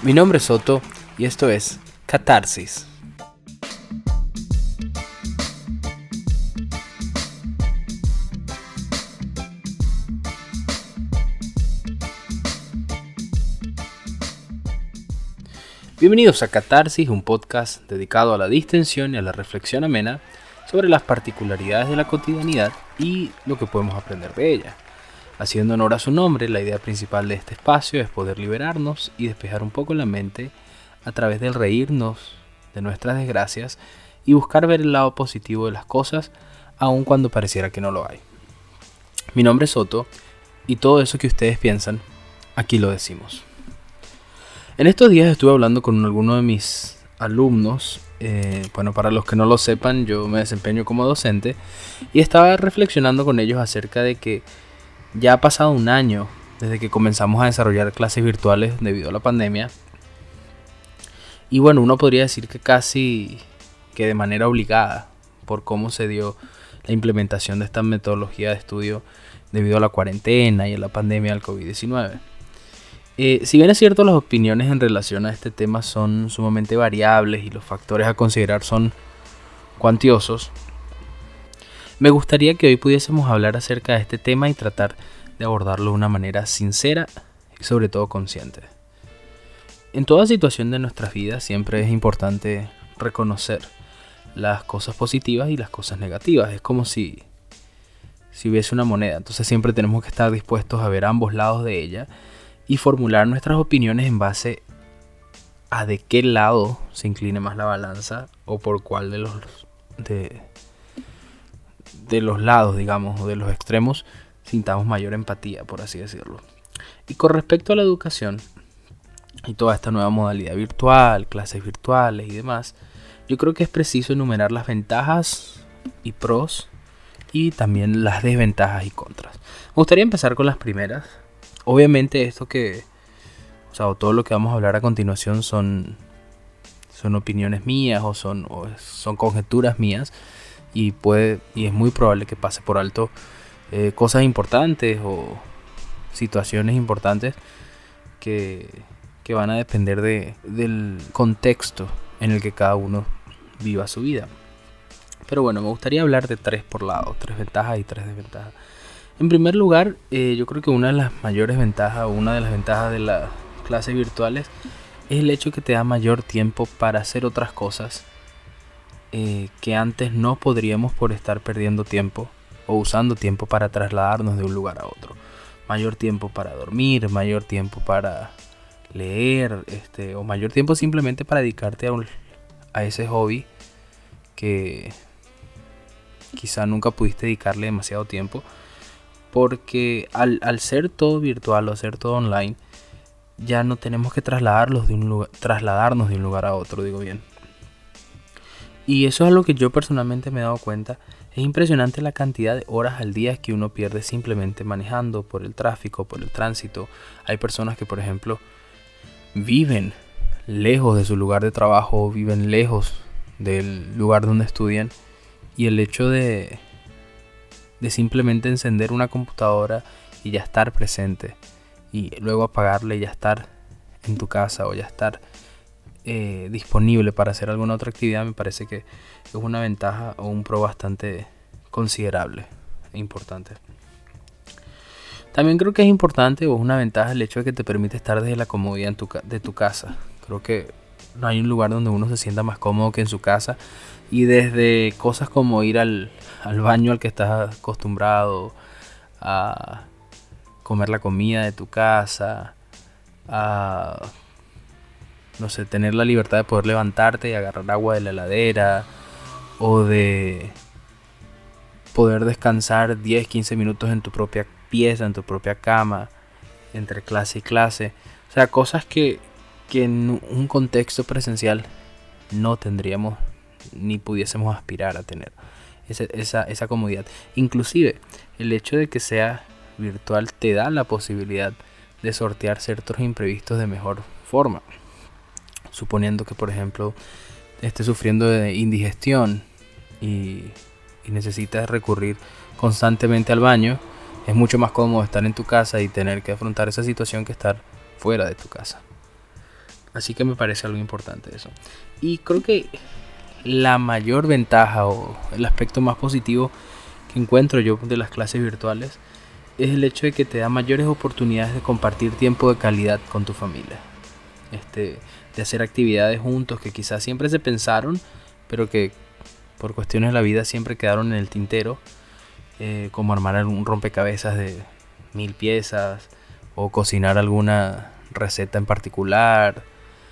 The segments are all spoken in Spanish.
Mi nombre es Soto y esto es Catarsis. Bienvenidos a Catarsis, un podcast dedicado a la distensión y a la reflexión amena sobre las particularidades de la cotidianidad y lo que podemos aprender de ella. Haciendo honor a su nombre, la idea principal de este espacio es poder liberarnos y despejar un poco la mente a través del reírnos de nuestras desgracias y buscar ver el lado positivo de las cosas, aun cuando pareciera que no lo hay. Mi nombre es Soto y todo eso que ustedes piensan, aquí lo decimos. En estos días estuve hablando con algunos de mis alumnos. Para los que no lo sepan, yo me desempeño como docente y estaba reflexionando con ellos acerca de que ya ha pasado un año desde que comenzamos a desarrollar clases virtuales debido a la pandemia. Y bueno, uno podría decir que casi que de manera obligada por cómo se dio la implementación de esta metodología de estudio debido a la cuarentena y a la pandemia del COVID-19. Si bien es cierto, las opiniones en relación a este tema son sumamente variables y los factores a considerar son cuantiosos, me gustaría que hoy pudiésemos hablar acerca de este tema y tratar de abordarlo de una manera sincera y sobre todo consciente. En toda situación de nuestras vidas siempre es importante reconocer las cosas positivas y las cosas negativas. Es como si hubiese una moneda, entonces siempre tenemos que estar dispuestos a ver ambos lados de ella y formular nuestras opiniones en base a de qué lado se incline más la balanza o por cuál de los lados, digamos, o de los extremos sintamos mayor empatía, por así decirlo. Y con respecto a la educación y toda esta nueva modalidad virtual, clases virtuales y demás, yo creo que es preciso enumerar las ventajas y pros y también las desventajas y contras. Me gustaría empezar con las primeras. Obviamente todo lo que vamos a hablar a continuación son opiniones mías o son conjeturas mías y es muy probable que pase por alto cosas importantes o situaciones importantes que van a depender del contexto en el que cada uno viva su vida. Pero bueno, me gustaría hablar de tres ventajas y tres desventajas. En primer lugar, yo creo que una de las mayores ventajas o una de las ventajas de las clases virtuales es el hecho que te da mayor tiempo para hacer otras cosas que antes no podríamos por estar perdiendo tiempo o usando tiempo para trasladarnos de un lugar a otro. Mayor tiempo para dormir, mayor tiempo para leer, o mayor tiempo simplemente para dedicarte a ese hobby que quizá nunca pudiste dedicarle demasiado tiempo. Porque al ser todo virtual o ser todo online, ya no tenemos que trasladarnos de un lugar a otro, digo bien. Y eso es algo que yo personalmente me he dado cuenta. Es impresionante la cantidad de horas al día que uno pierde simplemente manejando por el tráfico, por el tránsito. Hay personas que, por ejemplo, viven lejos de su lugar de trabajo, viven lejos del lugar donde estudian. Y el hecho de simplemente encender una computadora y ya estar presente y luego apagarla y ya estar en tu casa o ya estar disponible para hacer alguna otra actividad, me parece que es una ventaja o un pro bastante considerable e importante. También creo que es importante o es una ventaja el hecho de que te permite estar desde la comodidad de tu casa. Creo que no hay un lugar donde uno se sienta más cómodo que en su casa. Y desde cosas como ir al baño al que estás acostumbrado, a comer la comida de tu casa, a tener la libertad de poder levantarte y agarrar agua de la heladera, o de poder descansar 10-15 minutos en tu propia pieza, en tu propia cama, entre clase y clase. O sea, cosas que en un contexto presencial no tendríamos ni pudiésemos aspirar a tener esa comodidad. Inclusive el hecho de que sea virtual te da la posibilidad de sortear ciertos imprevistos de mejor forma. Suponiendo que, por ejemplo, estés sufriendo de indigestión y necesitas recurrir constantemente al baño, es mucho más cómodo estar en tu casa y tener que afrontar esa situación que estar fuera de tu casa. Así que me parece algo importante eso. Y creo que la mayor ventaja o el aspecto más positivo que encuentro yo de las clases virtuales es el hecho de que te da mayores oportunidades de compartir tiempo de calidad con tu familia. De hacer actividades juntos que quizás siempre se pensaron, pero que por cuestiones de la vida siempre quedaron en el tintero, como armar un rompecabezas de 1000 piezas o cocinar alguna receta en particular,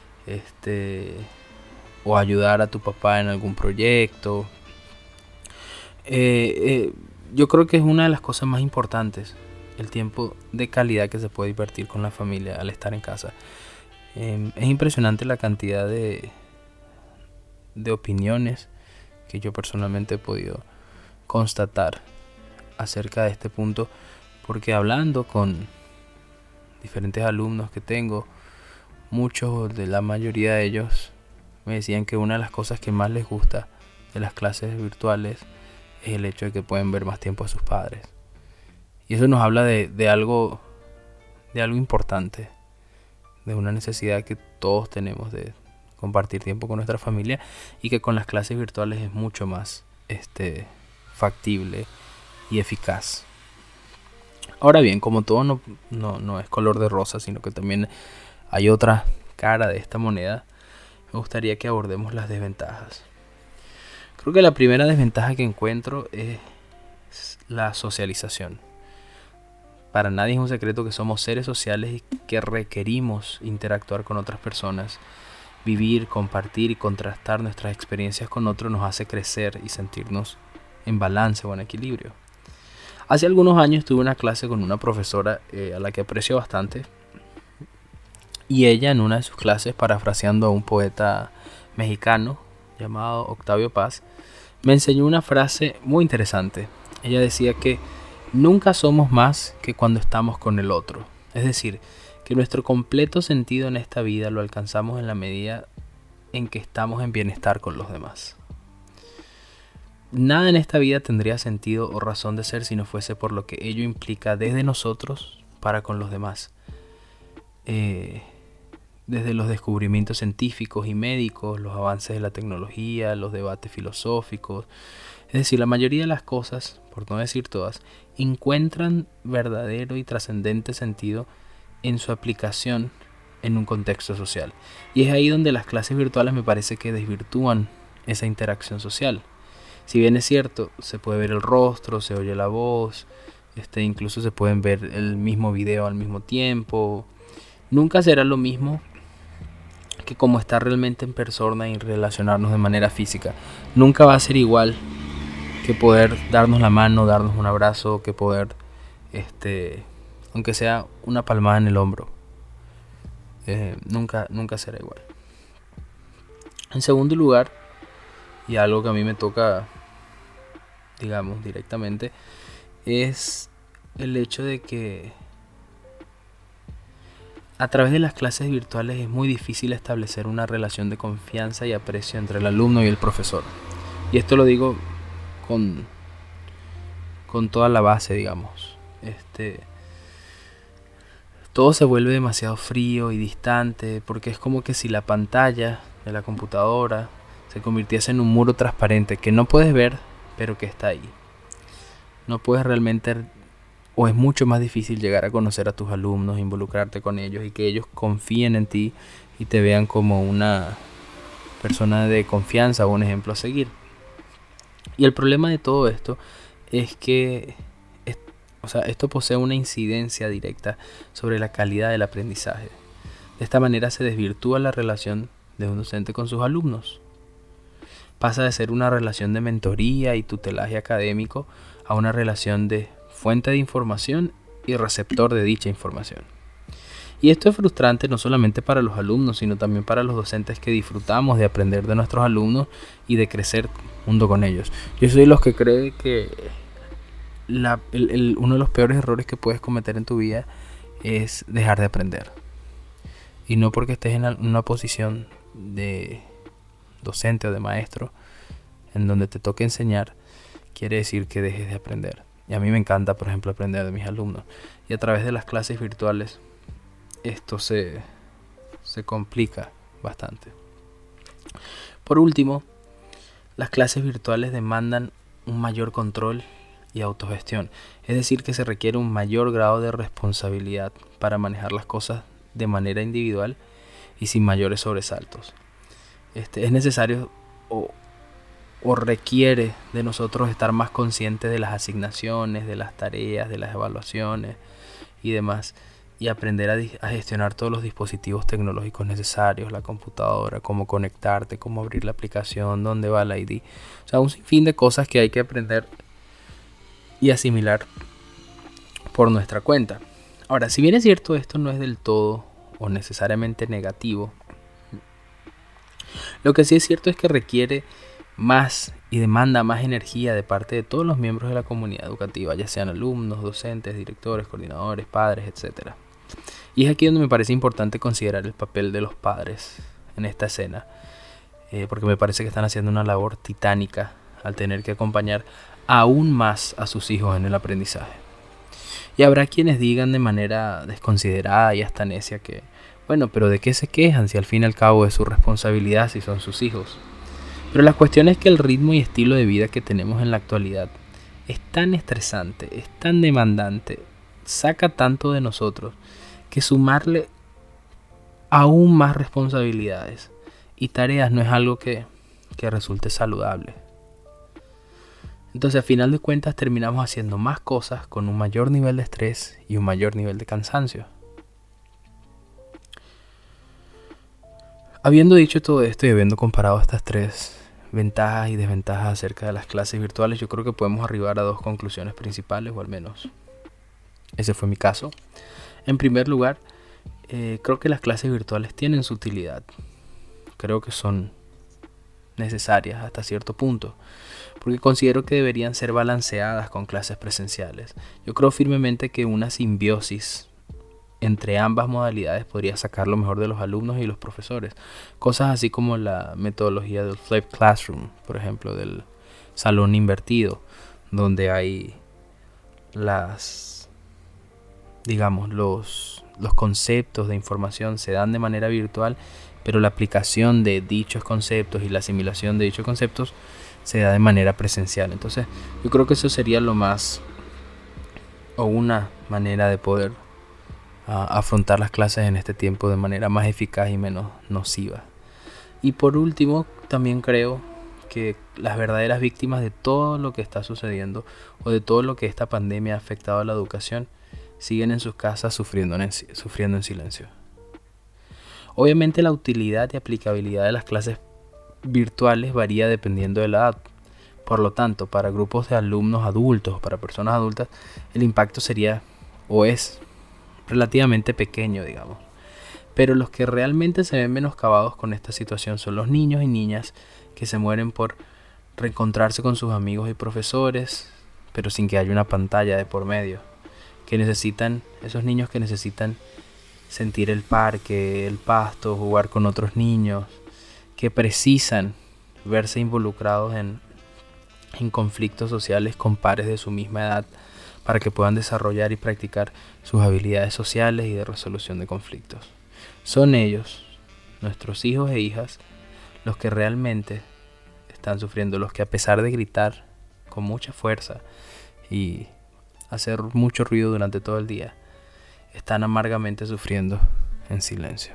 o ayudar a tu papá en algún proyecto. Yo creo que es una de las cosas más importantes, el tiempo de calidad que se puede invertir con la familia al estar en casa. Es impresionante la cantidad de opiniones que yo personalmente he podido constatar acerca de este punto, porque hablando con diferentes alumnos que tengo, muchos de la mayoría de ellos me decían que una de las cosas que más les gusta de las clases virtuales es el hecho de que pueden ver más tiempo a sus padres. Y eso nos habla de algo importante, de una necesidad que todos tenemos de compartir tiempo con nuestra familia, y que con las clases virtuales es mucho más factible y eficaz. Ahora bien, como todo no es color de rosa, sino que también hay otra cara de esta moneda, me gustaría que abordemos las desventajas. Creo que la primera desventaja que encuentro es la socialización. Para nadie es un secreto que somos seres sociales y que requerimos interactuar con otras personas. Vivir, compartir y contrastar nuestras experiencias con otros nos hace crecer y sentirnos en balance o en equilibrio. Hace algunos años tuve una clase con una profesora a la que aprecio bastante, y ella en una de sus clases, parafraseando a un poeta mexicano llamado Octavio Paz, me enseñó una frase muy interesante. Ella decía que nunca somos más que cuando estamos con el otro. Es decir, que nuestro completo sentido en esta vida lo alcanzamos en la medida en que estamos en bienestar con los demás. Nada en esta vida tendría sentido o razón de ser si no fuese por lo que ello implica desde nosotros para con los demás. Desde los descubrimientos científicos y médicos, los avances de la tecnología, los debates filosóficos. Es decir, la mayoría de las cosas, por no decir todas, encuentran verdadero y trascendente sentido en su aplicación en un contexto social. Y es ahí donde las clases virtuales me parece que desvirtúan esa interacción social. Si bien es cierto, se puede ver el rostro, se oye la voz, incluso se pueden ver el mismo video al mismo tiempo, nunca será lo mismo que como estar realmente en persona y relacionarnos de manera física. Nunca va a ser igual que poder darnos la mano, darnos un abrazo, que poder, aunque sea una palmada en el hombro. Nunca será igual. En segundo lugar, y algo que a mí me toca, digamos, directamente, es el hecho de que a través de las clases virtuales es muy difícil establecer una relación de confianza y aprecio entre el alumno y el profesor. Y esto lo digo con toda la base, digamos. Todo se vuelve demasiado frío y distante, porque es como que si la pantalla de la computadora se convirtiese en un muro transparente que no puedes ver, pero que está ahí. No puedes realmente, o es mucho más difícil llegar a conocer a tus alumnos, involucrarte con ellos y que ellos confíen en ti y te vean como una persona de confianza o un ejemplo a seguir. Y el problema de todo esto es que esto posee una incidencia directa sobre la calidad del aprendizaje. De esta manera se desvirtúa la relación de un docente con sus alumnos. Pasa de ser una relación de mentoría y tutelaje académico a una relación de fuente de información y receptor de dicha información. Y esto es frustrante no solamente para los alumnos, sino también para los docentes que disfrutamos de aprender de nuestros alumnos y de crecer junto con ellos. Yo soy de los que cree que uno de los peores errores que puedes cometer en tu vida es dejar de aprender. Y no porque estés en una posición de docente o de maestro en donde te toque enseñar, quiere decir que dejes de aprender. Y a mí me encanta, por ejemplo, aprender de mis alumnos. Y a través de las clases virtuales esto se complica bastante. Por último, las clases virtuales demandan un mayor control y autogestión, es decir, que se requiere un mayor grado de responsabilidad para manejar las cosas de manera individual y sin mayores sobresaltos. Es necesario o requiere de nosotros estar más conscientes de las asignaciones, de las tareas, de las evaluaciones y demás, y aprender a gestionar todos los dispositivos tecnológicos necesarios, la computadora, cómo conectarte, cómo abrir la aplicación, dónde va el ID. O sea, un sinfín de cosas que hay que aprender y asimilar por nuestra cuenta. Ahora, si bien es cierto, esto no es del todo o necesariamente negativo, lo que sí es cierto es que requiere más y demanda más energía de parte de todos los miembros de la comunidad educativa, ya sean alumnos, docentes, directores, coordinadores, padres, etc. Y es aquí donde me parece importante considerar el papel de los padres en esta escena, porque me parece que están haciendo una labor titánica al tener que acompañar aún más a sus hijos en el aprendizaje. Y habrá quienes digan de manera desconsiderada y hasta necia que, bueno, pero ¿de qué se quejan si al fin y al cabo es su responsabilidad si son sus hijos? Pero la cuestión es que el ritmo y estilo de vida que tenemos en la actualidad es tan estresante, es tan demandante, saca tanto de nosotros, que sumarle aún más responsabilidades y tareas no es algo que resulte saludable. Entonces, a final de cuentas, terminamos haciendo más cosas con un mayor nivel de estrés y un mayor nivel de cansancio. Habiendo dicho todo esto y habiendo comparado estas tres ventajas y desventajas acerca de las clases virtuales, yo creo que podemos arribar a dos conclusiones principales, o al menos ese fue mi caso. En primer lugar, creo que las clases virtuales tienen su utilidad. Creo que son necesarias hasta cierto punto, porque considero que deberían ser balanceadas con clases presenciales. Yo creo firmemente que una simbiosis entre ambas modalidades podría sacar lo mejor de los alumnos y los profesores. Cosas así como la metodología del Flipped Classroom, por ejemplo, del salón invertido, donde hay los conceptos de información se dan de manera virtual, pero la aplicación de dichos conceptos y la asimilación de dichos conceptos se da de manera presencial. Entonces, yo creo que eso sería lo más, o una manera de poder afrontar las clases en este tiempo de manera más eficaz y menos nociva. Y por último, también creo que las verdaderas víctimas de todo lo que está sucediendo o de todo lo que esta pandemia ha afectado a la educación siguen en sus casas sufriendo en silencio. Obviamente la utilidad y aplicabilidad de las clases virtuales varía dependiendo de la edad. Por lo tanto, para grupos de alumnos adultos, para personas adultas, el impacto sería o es relativamente pequeño, digamos. Pero los que realmente se ven menoscabados con esta situación son los niños y niñas que se mueren por reencontrarse con sus amigos y profesores, pero sin que haya una pantalla de por medio. Esos niños que necesitan sentir el parque, el pasto, jugar con otros niños, que precisan verse involucrados en conflictos sociales con pares de su misma edad para que puedan desarrollar y practicar sus habilidades sociales y de resolución de conflictos. Son ellos, nuestros hijos e hijas, los que realmente están sufriendo, los que a pesar de gritar con mucha fuerza y hacer mucho ruido durante todo el día, están amargamente sufriendo en silencio.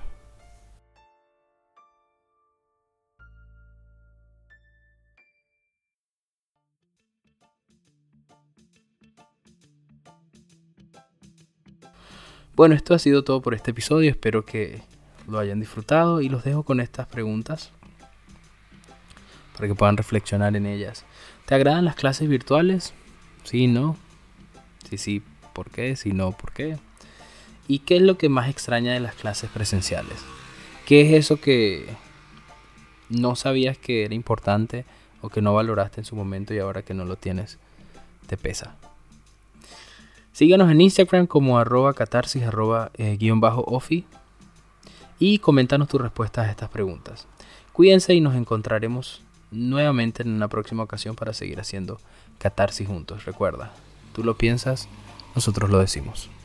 Bueno, esto ha sido todo por este episodio. Espero que lo hayan disfrutado y los dejo con estas preguntas para que puedan reflexionar en ellas. ¿Te agradan las clases virtuales? ¿Sí, no? Sí, ¿por qué? Si no, ¿por qué? ¿Y qué es lo que más extraña de las clases presenciales? ¿Qué es eso que no sabías que era importante o que no valoraste en su momento y ahora que no lo tienes, te pesa? Síganos en Instagram como @catarsis _ofi y coméntanos tus respuestas a estas preguntas. Cuídense y nos encontraremos nuevamente en una próxima ocasión para seguir haciendo catarsis juntos. Recuerda, tú lo piensas, nosotros lo decimos.